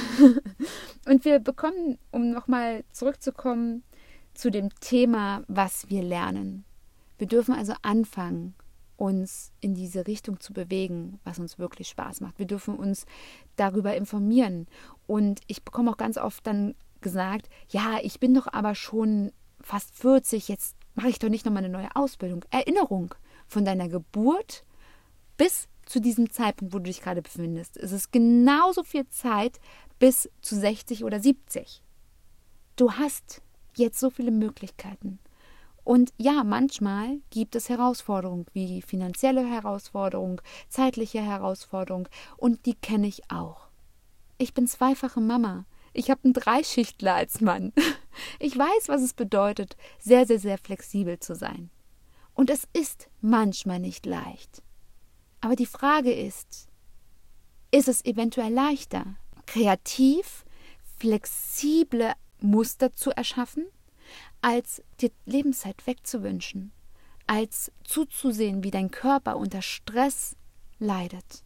Und wir bekommen, um nochmal zurückzukommen zu dem Thema, was wir lernen. Wir dürfen also anfangen, uns in diese Richtung zu bewegen, was uns wirklich Spaß macht. Wir dürfen uns darüber informieren. Und ich bekomme auch ganz oft dann gesagt, ja, ich bin doch aber schon fast 40, jetzt mache ich doch nicht nochmal eine neue Ausbildung. Erinnerung von deiner Geburt bis zu diesem Zeitpunkt, wo du dich gerade befindest. Es ist genauso viel Zeit bis zu 60 oder 70. Du hast jetzt so viele Möglichkeiten. Und ja, manchmal gibt es Herausforderungen, wie finanzielle Herausforderungen, zeitliche Herausforderungen. Und die kenne ich auch. Ich bin 2-fache Mama. Ich habe einen 3-Schichtler als Mann. Ich weiß, was es bedeutet, sehr, sehr, sehr flexibel zu sein. Und es ist manchmal nicht leicht. Aber die Frage ist es eventuell leichter, kreativ, flexible Muster zu erschaffen, als die Lebenszeit wegzuwünschen, als zuzusehen, wie dein Körper unter Stress leidet.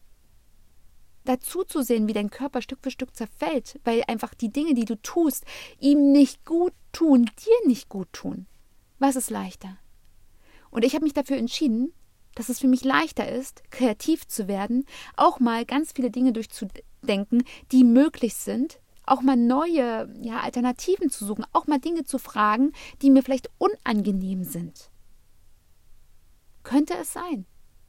Dazu zu sehen, wie dein Körper Stück für Stück zerfällt, weil einfach die Dinge, die du tust, ihm nicht gut tun, dir nicht gut tun. Was ist leichter? Und ich habe mich dafür entschieden, dass es für mich leichter ist, kreativ zu werden, auch mal ganz viele Dinge durchzudenken, die möglich sind, auch mal neue Alternativen zu suchen, auch mal Dinge zu fragen, die mir vielleicht unangenehm sind. Könnte es sein?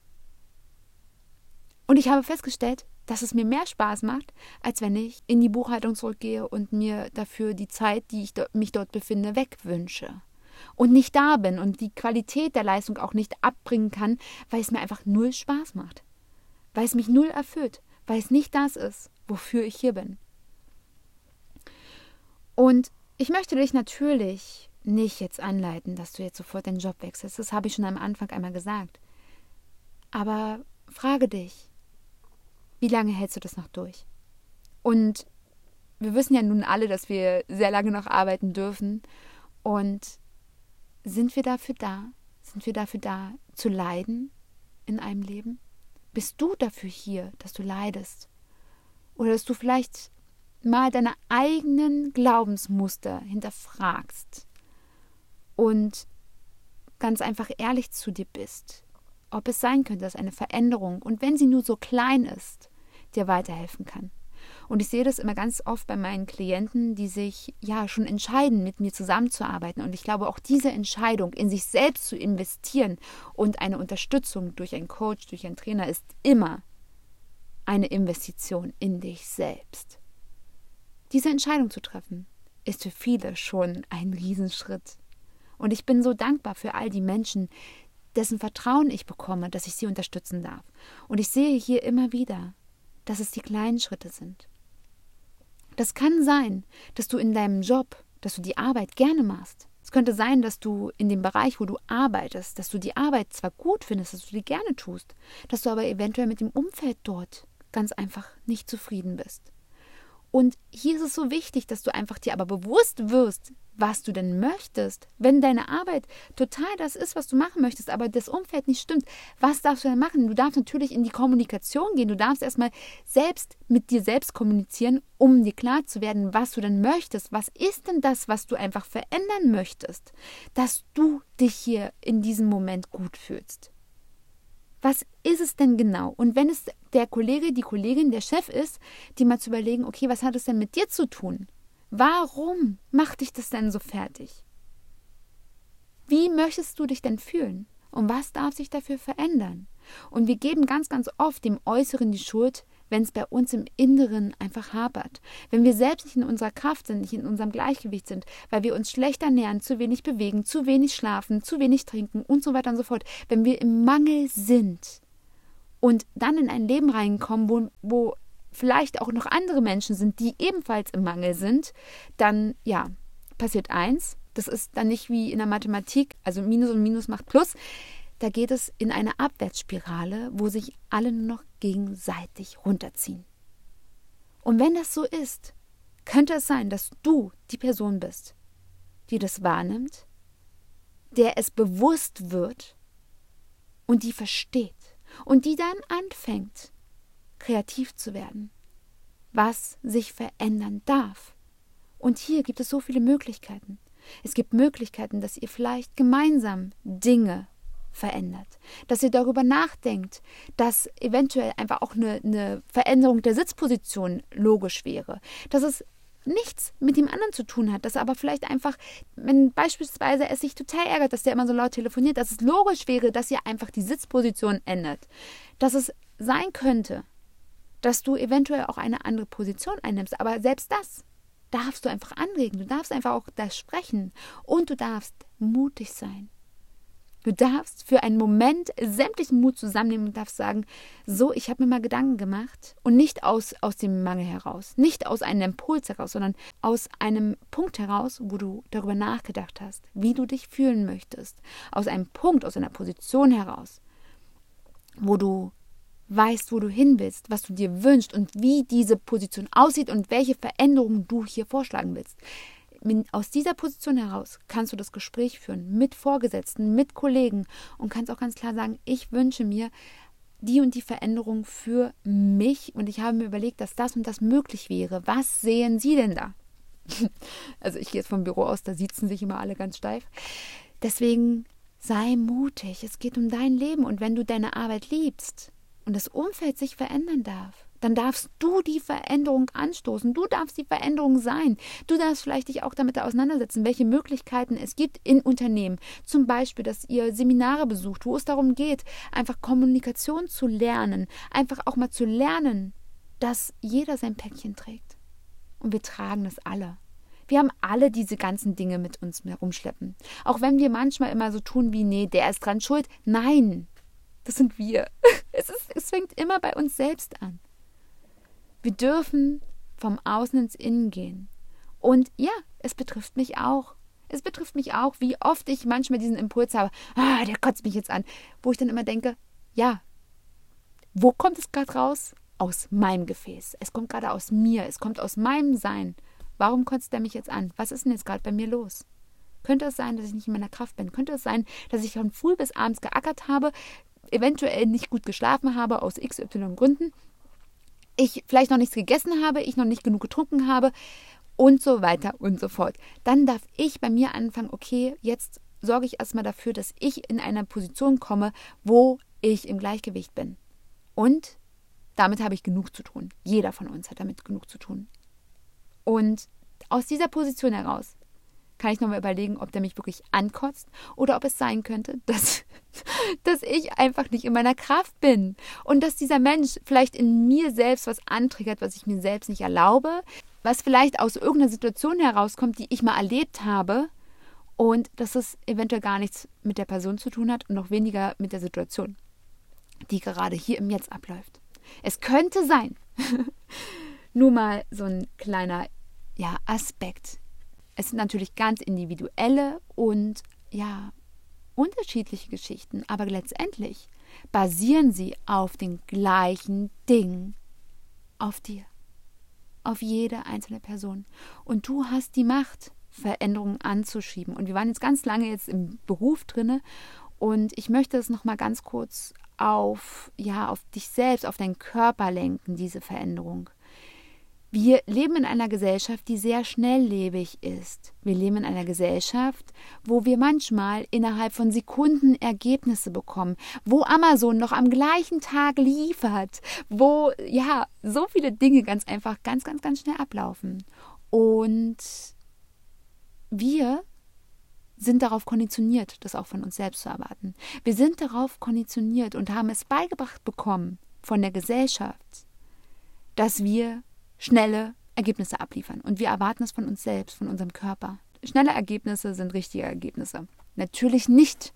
Und ich habe festgestellt, dass es mir mehr Spaß macht, als wenn ich in die Buchhaltung zurückgehe und mir dafür die Zeit, die ich mich dort befinde, wegwünsche. Und nicht da bin und die Qualität der Leistung auch nicht abbringen kann, weil es mir einfach null Spaß macht. Weil es mich null erfüllt. Weil es nicht das ist, wofür ich hier bin. Und ich möchte dich natürlich nicht jetzt anleiten, dass du jetzt sofort den Job wechselst. Das habe ich schon am Anfang einmal gesagt. Aber frage dich, wie lange hältst du das noch durch? Und wir wissen ja nun alle, dass wir sehr lange noch arbeiten dürfen. Und sind wir dafür da? Sind wir dafür da, zu leiden in einem Leben? Bist du dafür hier, dass du leidest? Oder dass du vielleicht mal deine eigenen Glaubensmuster hinterfragst und ganz einfach ehrlich zu dir bist, ob es sein könnte, dass eine Veränderung, und wenn sie nur so klein ist, dir weiterhelfen kann. Und ich sehe das immer ganz oft bei meinen Klienten, die sich schon entscheiden, mit mir zusammenzuarbeiten. Und ich glaube, auch diese Entscheidung, in sich selbst zu investieren und eine Unterstützung durch einen Coach, durch einen Trainer, ist immer eine Investition in dich selbst. Diese Entscheidung zu treffen, ist für viele schon ein Riesenschritt. Und ich bin so dankbar für all die Menschen, dessen Vertrauen ich bekomme, dass ich sie unterstützen darf. Und ich sehe hier immer wieder, dass es die kleinen Schritte sind. Das kann sein, dass du in deinem Job, dass du die Arbeit gerne machst. Es könnte sein, dass du in dem Bereich, wo du arbeitest, dass du die Arbeit zwar gut findest, dass du die gerne tust, dass du aber eventuell mit dem Umfeld dort ganz einfach nicht zufrieden bist. Und hier ist es so wichtig, dass du einfach dir aber bewusst wirst, was du denn möchtest. Wenn deine Arbeit total das ist, was du machen möchtest, aber das Umfeld nicht stimmt, was darfst du denn machen? Du darfst natürlich in die Kommunikation gehen. Du darfst erstmal selbst mit dir selbst kommunizieren, um dir klar zu werden, was du denn möchtest. Was ist denn das, was du einfach verändern möchtest, dass du dich hier in diesem Moment gut fühlst? Was ist es denn genau? Und wenn es der Kollege, die Kollegin, der Chef ist, die mal zu überlegen, okay, was hat es denn mit dir zu tun? Warum macht dich das denn so fertig? Wie möchtest du dich denn fühlen? Und was darf sich dafür verändern? Und wir geben ganz, ganz oft dem Äußeren die Schuld, wenn es bei uns im Inneren einfach hapert. Wenn wir selbst nicht in unserer Kraft sind, nicht in unserem Gleichgewicht sind, weil wir uns schlecht ernähren, zu wenig bewegen, zu wenig schlafen, zu wenig trinken und so weiter und so fort. Wenn wir im Mangel sind und dann in ein Leben reinkommen, wo vielleicht auch noch andere Menschen sind, die ebenfalls im Mangel sind, dann, ja, passiert eins. Das ist dann nicht wie in der Mathematik, also Minus und Minus macht Plus. Da geht es in eine Abwärtsspirale, wo sich alle nur noch gegenseitig runterziehen. Und wenn das so ist, könnte es sein, dass du die Person bist, die das wahrnimmt, der es bewusst wird und die versteht und die dann anfängt, kreativ zu werden, was sich verändern darf. Und hier gibt es so viele Möglichkeiten. Es gibt Möglichkeiten, dass ihr vielleicht gemeinsam Dinge verändert, dass ihr darüber nachdenkt, dass eventuell einfach auch eine Veränderung der Sitzposition logisch wäre, dass es nichts mit dem anderen zu tun hat, dass aber vielleicht einfach, wenn beispielsweise es sich total ärgert, dass der immer so laut telefoniert, dass es logisch wäre, dass ihr einfach die Sitzposition ändert, dass es sein könnte, dass du eventuell auch eine andere Position einnimmst, aber selbst das darfst du einfach anregen, du darfst einfach auch das sprechen und du darfst mutig sein. Du darfst für einen Moment sämtlichen Mut zusammennehmen und darfst sagen, so, ich habe mir mal Gedanken gemacht und nicht aus dem Mangel heraus, nicht aus einem Impuls heraus, sondern aus einem Punkt heraus, wo du darüber nachgedacht hast, wie du dich fühlen möchtest, aus einem Punkt, aus einer Position heraus, wo du weißt, wo du hin willst, was du dir wünschst und wie diese Position aussieht und welche Veränderungen du hier vorschlagen willst. Aus dieser Position heraus kannst du das Gespräch führen mit Vorgesetzten, mit Kollegen und kannst auch ganz klar sagen, ich wünsche mir die und die Veränderung für mich und ich habe mir überlegt, dass das und das möglich wäre. Was sehen Sie denn da? Also ich gehe jetzt vom Büro aus, da sitzen sich immer alle ganz steif. Deswegen sei mutig, es geht um dein Leben und wenn du deine Arbeit liebst und das Umfeld sich verändern darf, dann darfst du die Veränderung anstoßen. Du darfst die Veränderung sein. Du darfst vielleicht dich auch damit auseinandersetzen, welche Möglichkeiten es gibt in Unternehmen. Zum Beispiel, dass ihr Seminare besucht, wo es darum geht, einfach Kommunikation zu lernen. Einfach auch mal zu lernen, dass jeder sein Päckchen trägt. Und wir tragen das alle. Wir haben alle diese ganzen Dinge mit uns herumschleppen. Auch wenn wir manchmal immer so tun wie, nee, der ist dran schuld. Nein, das sind wir. Es fängt immer bei uns selbst an. Wir dürfen vom Außen ins Innen gehen. Und ja, es betrifft mich auch. Es betrifft mich auch, wie oft ich manchmal diesen Impuls habe, der kotzt mich jetzt an. Wo ich dann immer denke, ja, wo kommt es gerade raus? Aus meinem Gefäß. Es kommt gerade aus mir. Es kommt aus meinem Sein. Warum kotzt der mich jetzt an? Was ist denn jetzt gerade bei mir los? Könnte es sein, dass ich nicht in meiner Kraft bin? Könnte es sein, dass ich von früh bis abends geackert habe, eventuell nicht gut geschlafen habe, aus XY Gründen? Ich vielleicht noch nichts gegessen habe, ich noch nicht genug getrunken habe und so weiter und so fort. Dann darf ich bei mir anfangen, okay, jetzt sorge ich erstmal dafür, dass ich in eine Position komme, wo ich im Gleichgewicht bin. Und damit habe ich genug zu tun. Jeder von uns hat damit genug zu tun. Und aus dieser Position heraus kann ich nochmal überlegen, ob der mich wirklich ankotzt oder ob es sein könnte, dass ich einfach nicht in meiner Kraft bin und dass dieser Mensch vielleicht in mir selbst was antriggert, was ich mir selbst nicht erlaube, was vielleicht aus irgendeiner Situation herauskommt, die ich mal erlebt habe und dass es eventuell gar nichts mit der Person zu tun hat und noch weniger mit der Situation, die gerade hier im Jetzt abläuft. Es könnte sein, nur mal so ein kleiner Aspekt. Es sind natürlich ganz individuelle und unterschiedliche Geschichten, aber letztendlich basieren sie auf den gleichen Dingen, auf dir, auf jede einzelne Person. Und du hast die Macht, Veränderungen anzuschieben. Und wir waren jetzt ganz lange jetzt im Beruf drinne und ich möchte es nochmal ganz kurz auf dich selbst, auf deinen Körper lenken, diese Veränderung. Wir leben in einer Gesellschaft, die sehr schnelllebig ist. Wir leben in einer Gesellschaft, wo wir manchmal innerhalb von Sekunden Ergebnisse bekommen, wo Amazon noch am gleichen Tag liefert, wo ja so viele Dinge ganz einfach ganz schnell ablaufen. Und wir sind darauf konditioniert, das auch von uns selbst zu erwarten. Wir sind darauf konditioniert und haben es beigebracht bekommen von der Gesellschaft, dass wir schnelle Ergebnisse abliefern. Und wir erwarten es von uns selbst, von unserem Körper. Schnelle Ergebnisse sind richtige Ergebnisse. Natürlich nicht.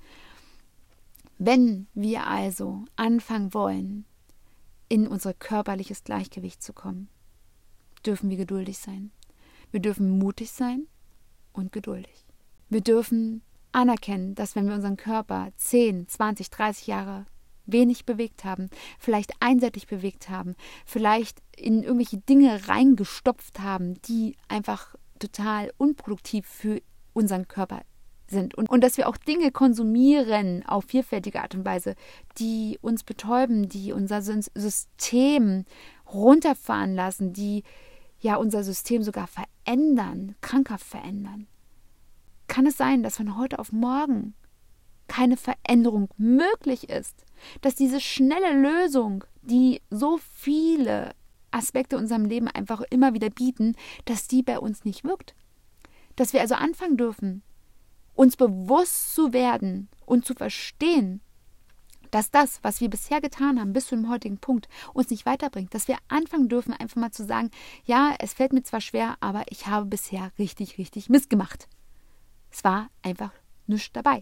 Wenn wir also anfangen wollen, in unser körperliches Gleichgewicht zu kommen, dürfen wir geduldig sein. Wir dürfen mutig sein und geduldig. Wir dürfen anerkennen, dass wenn wir unseren Körper 10, 20, 30 Jahre wenig bewegt haben, vielleicht einseitig bewegt haben, vielleicht in irgendwelche Dinge reingestopft haben, die einfach total unproduktiv für unseren Körper sind. Und dass wir auch Dinge konsumieren auf vielfältige Art und Weise, die uns betäuben, die unser System runterfahren lassen, die ja unser System sogar verändern, krankhaft verändern. Kann es sein, dass von heute auf morgen keine Veränderung möglich ist, dass diese schnelle Lösung, die so viele Aspekte in unserem Leben einfach immer wieder bieten, dass die bei uns nicht wirkt? Dass wir also anfangen dürfen, uns bewusst zu werden und zu verstehen, dass das, was wir bisher getan haben, bis zu dem heutigen Punkt, uns nicht weiterbringt. Dass wir anfangen dürfen, einfach mal zu sagen, ja, es fällt mir zwar schwer, aber ich habe bisher richtig Mist gemacht. Es war einfach nichts dabei.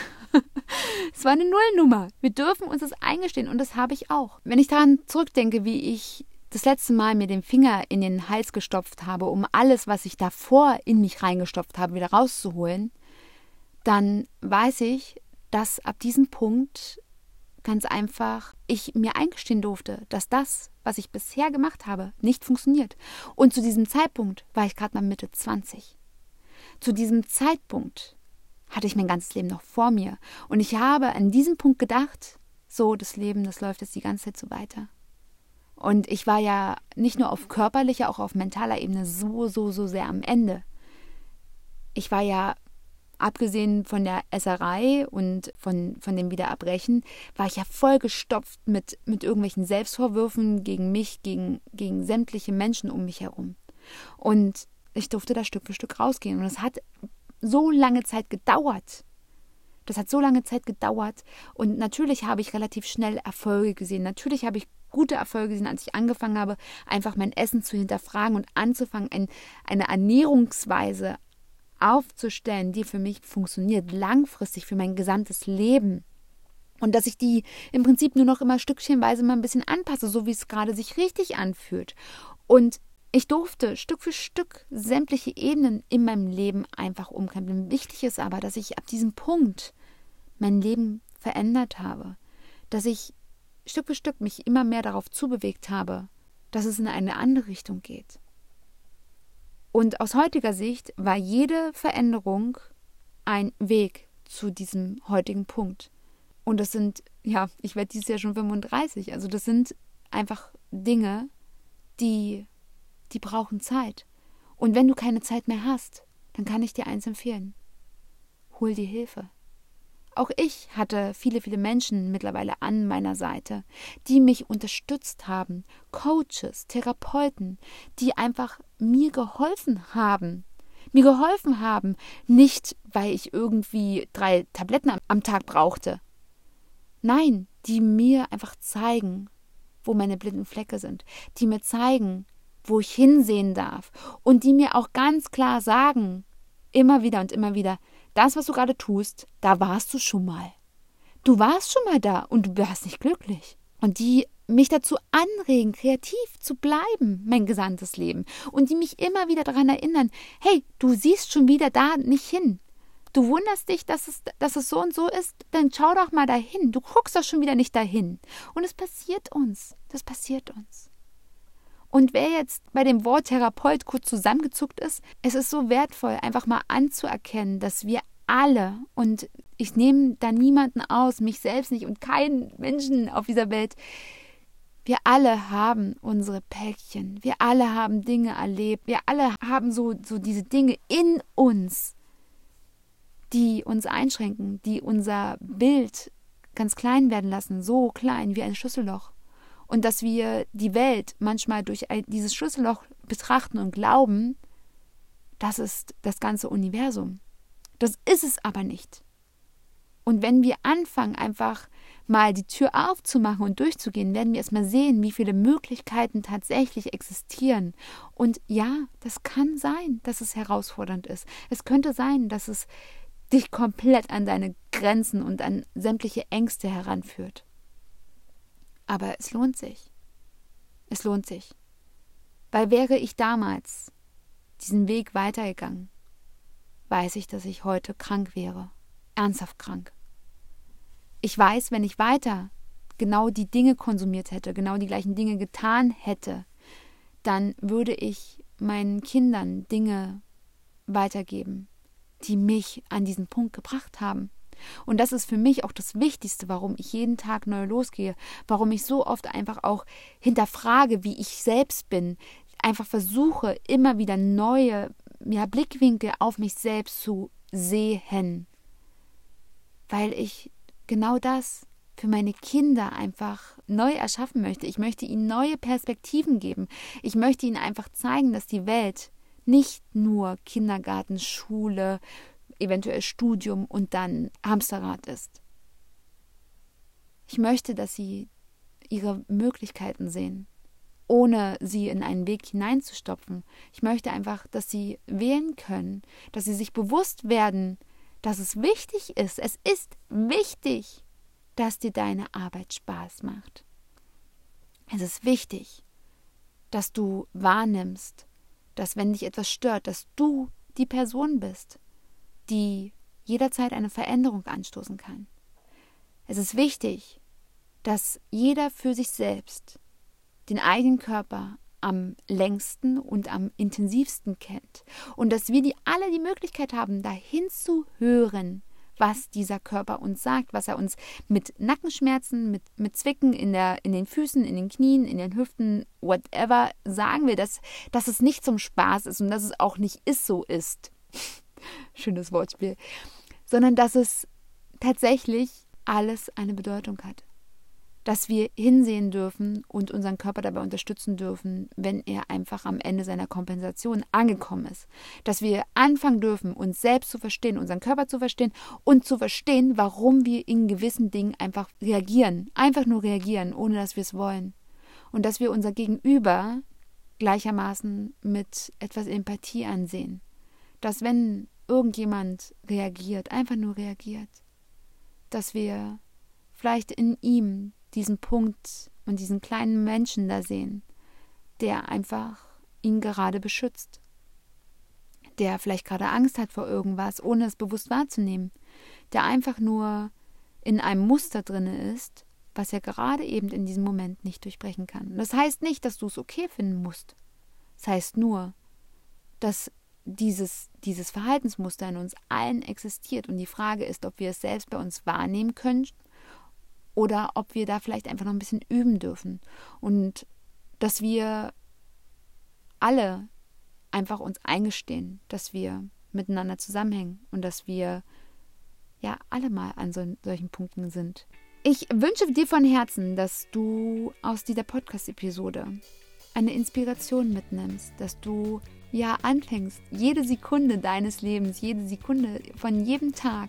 Es war eine Nullnummer. Wir dürfen uns das eingestehen und das habe ich auch. Wenn ich daran zurückdenke, wie ich das letzte Mal mir den Finger in den Hals gestopft habe, um alles, was ich davor in mich reingestopft habe, wieder rauszuholen, dann weiß ich, dass ab diesem Punkt ganz einfach ich mir eingestehen durfte, dass das, was ich bisher gemacht habe, nicht funktioniert. Und zu diesem Zeitpunkt war ich gerade mal Mitte 20. Zu diesem Zeitpunkt hatte ich mein ganzes Leben noch vor mir. Und ich habe an diesem Punkt gedacht, so, das Leben, das läuft jetzt die ganze Zeit so weiter. Und ich war ja nicht nur auf körperlicher, auch auf mentaler Ebene so sehr am Ende. Ich war ja, abgesehen von der Esserei und von dem Wiederabbrechen, war ich ja vollgestopft mit irgendwelchen Selbstvorwürfen gegen mich, gegen sämtliche Menschen um mich herum. Und ich durfte da Stück für Stück rausgehen. Und es hat so lange Zeit gedauert. Und natürlich habe ich relativ schnell Erfolge gesehen. Natürlich habe ich gute Erfolge gesehen, als ich angefangen habe, einfach mein Essen zu hinterfragen und anzufangen, eine Ernährungsweise aufzustellen, die für mich funktioniert, langfristig für mein gesamtes Leben. Und dass ich die im Prinzip nur noch immer stückchenweise mal ein bisschen anpasse, so wie es gerade sich richtig anfühlt. Und ich durfte Stück für Stück sämtliche Ebenen in meinem Leben einfach umkrempeln. Wichtig ist aber, dass ich ab diesem Punkt mein Leben verändert habe. Dass ich Stück für Stück mich immer mehr darauf zubewegt habe, dass es in eine andere Richtung geht. Und aus heutiger Sicht war jede Veränderung ein Weg zu diesem heutigen Punkt. Und das sind, ja, ich werde dieses Jahr schon 35. Also das sind einfach Dinge, die brauchen Zeit. Und wenn du keine Zeit mehr hast, dann kann ich dir eins empfehlen. Hol dir Hilfe. Auch ich hatte viele Menschen mittlerweile an meiner Seite, die mich unterstützt haben. Coaches, Therapeuten, die einfach mir geholfen haben. Nicht, weil ich irgendwie 3 Tabletten am Tag brauchte. Nein, die mir einfach zeigen, wo meine blinden Flecke sind. Die mir zeigen, wo ich hinsehen darf. Und die mir auch ganz klar sagen, immer wieder, das, was du gerade tust, da warst du schon mal. Du warst schon mal da und du warst nicht glücklich. Und die mich dazu anregen, kreativ zu bleiben, mein gesamtes Leben. Und die mich immer wieder daran erinnern, hey, du siehst schon wieder da nicht hin. Du wunderst dich, dass es so und so ist, dann schau doch mal dahin. Du guckst doch schon wieder nicht dahin. Und es passiert uns. Das passiert uns. Und wer jetzt bei dem Wort Therapeut kurz zusammengezuckt ist, es ist so wertvoll, einfach mal anzuerkennen, dass wir alle, und ich nehme da niemanden aus, mich selbst nicht und keinen Menschen auf dieser Welt, Wir alle haben unsere Päckchen, wir alle haben Dinge erlebt, wir alle haben so diese Dinge in uns, die uns einschränken, die unser Bild ganz klein werden lassen, so klein wie ein Schlüsselloch. Und dass wir die Welt manchmal durch dieses Schlüsselloch betrachten und glauben, das ist das ganze Universum. Das ist es aber nicht. Und wenn wir anfangen, einfach mal die Tür aufzumachen und durchzugehen, werden wir erstmal sehen, wie viele Möglichkeiten tatsächlich existieren. Und ja, das kann sein, dass es herausfordernd ist. Es könnte sein, dass es dich komplett an deine Grenzen und an sämtliche Ängste heranführt. Aber es lohnt sich. Es lohnt sich. Weil wäre ich damals diesen Weg weitergegangen, weiß ich, dass ich heute krank wäre. Ernsthaft krank. Ich weiß, wenn ich weiter genau die Dinge konsumiert hätte, genau die gleichen Dinge getan hätte, dann würde ich meinen Kindern Dinge weitergeben, die mich an diesen Punkt gebracht haben. Und das ist für mich auch das Wichtigste, warum ich jeden Tag neu losgehe, warum ich so oft einfach auch hinterfrage, wie ich selbst bin, einfach versuche, immer wieder neue Blickwinkel auf mich selbst zu sehen. Weil ich genau das für meine Kinder einfach neu erschaffen möchte. Ich möchte ihnen neue Perspektiven geben. Ich möchte ihnen einfach zeigen, dass die Welt nicht nur Kindergarten, Schule, eventuell Studium und dann Hamsterrad ist. Ich möchte, dass sie ihre Möglichkeiten sehen, ohne sie in einen Weg hineinzustopfen. Ich möchte einfach, dass sie wählen können, dass sie sich bewusst werden, dass es wichtig ist. Es ist wichtig, dass dir deine Arbeit Spaß macht. Es ist wichtig, dass du wahrnimmst, dass wenn dich etwas stört, dass du die Person bist, die jederzeit eine Veränderung anstoßen kann. Es ist wichtig, dass jeder für sich selbst den eigenen Körper am längsten und am intensivsten kennt und dass wir alle die Möglichkeit haben, dahin zu hören, was dieser Körper uns sagt, was er uns mit Nackenschmerzen, mit Zwicken in den Füßen, in den Knien, in den Hüften, whatever, sagen will, dass es nicht zum Spaß ist und dass es auch nicht so ist. Schönes Wortspiel. Sondern dass es tatsächlich alles eine Bedeutung hat. Dass wir hinsehen dürfen und unseren Körper dabei unterstützen dürfen, wenn er einfach am Ende seiner Kompensation angekommen ist. Dass wir anfangen dürfen, uns selbst zu verstehen, unseren Körper zu verstehen und zu verstehen, warum wir in gewissen Dingen einfach reagieren. Einfach nur reagieren, ohne dass wir es wollen. Und dass wir unser Gegenüber gleichermaßen mit etwas Empathie ansehen. Dass wenn irgendjemand reagiert, einfach nur reagiert, dass wir vielleicht in ihm diesen Punkt und diesen kleinen Menschen da sehen, der einfach ihn gerade beschützt, der vielleicht gerade Angst hat vor irgendwas, ohne es bewusst wahrzunehmen, der einfach nur in einem Muster drin ist, was er gerade eben in diesem Moment nicht durchbrechen kann. Das heißt nicht, dass du es okay finden musst. Das heißt nur, dass dieses Verhaltensmuster in uns allen existiert und die Frage ist, ob wir es selbst bei uns wahrnehmen können oder ob wir da vielleicht einfach noch ein bisschen üben dürfen und dass wir alle einfach uns eingestehen, dass wir miteinander zusammenhängen und dass wir ja alle mal an solchen Punkten sind. Ich wünsche dir von Herzen, dass du aus dieser Podcast-Episode eine Inspiration mitnimmst, dass du ja anfängst, jede Sekunde deines Lebens, jede Sekunde von jedem Tag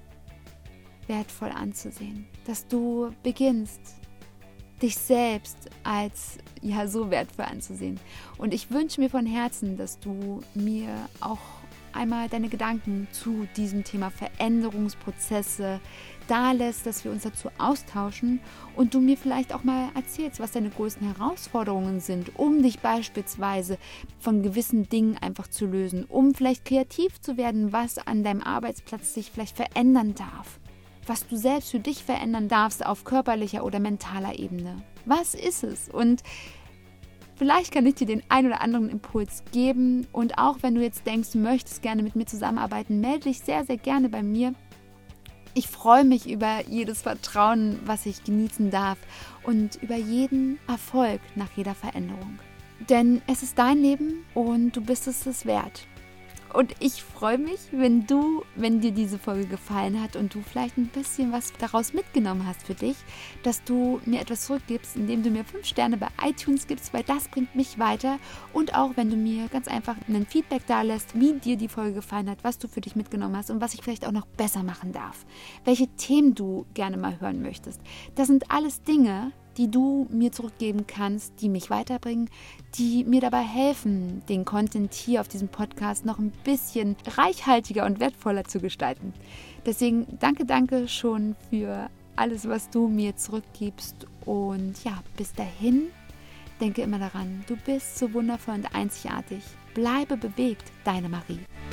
wertvoll anzusehen. Dass du beginnst, dich selbst als so wertvoll anzusehen. Und ich wünsche mir von Herzen, dass du mir auch einmal deine Gedanken zu diesem Thema Veränderungsprozesse da lässt, dass wir uns dazu austauschen und du mir vielleicht auch mal erzählst, was deine größten Herausforderungen sind, um dich beispielsweise von gewissen Dingen einfach zu lösen, um vielleicht kreativ zu werden, was an deinem Arbeitsplatz sich vielleicht verändern darf, was du selbst für dich verändern darfst auf körperlicher oder mentaler Ebene. Was ist es? Und vielleicht kann ich dir den ein oder anderen Impuls geben und auch wenn du jetzt denkst, du möchtest gerne mit mir zusammenarbeiten, melde dich sehr, sehr gerne bei mir. Ich freue mich über jedes Vertrauen, was ich genießen darf und über jeden Erfolg nach jeder Veränderung. Denn es ist dein Leben und du bist es wert. Und ich freue mich, wenn dir diese Folge gefallen hat und du vielleicht ein bisschen was daraus mitgenommen hast für dich, dass du mir etwas zurückgibst, indem du mir 5 Sterne bei iTunes gibst, weil das bringt mich weiter. Und auch, wenn du mir ganz einfach ein Feedback da lässt, wie dir die Folge gefallen hat, was du für dich mitgenommen hast und was ich vielleicht auch noch besser machen darf. Welche Themen du gerne mal hören möchtest. Das sind alles Dinge, die du mir zurückgeben kannst, die mich weiterbringen, die mir dabei helfen, den Content hier auf diesem Podcast noch ein bisschen reichhaltiger und wertvoller zu gestalten. Deswegen danke schon für alles, was du mir zurückgibst. Und ja, bis dahin, denke immer daran, du bist so wundervoll und einzigartig. Bleibe bewegt, deine Marie.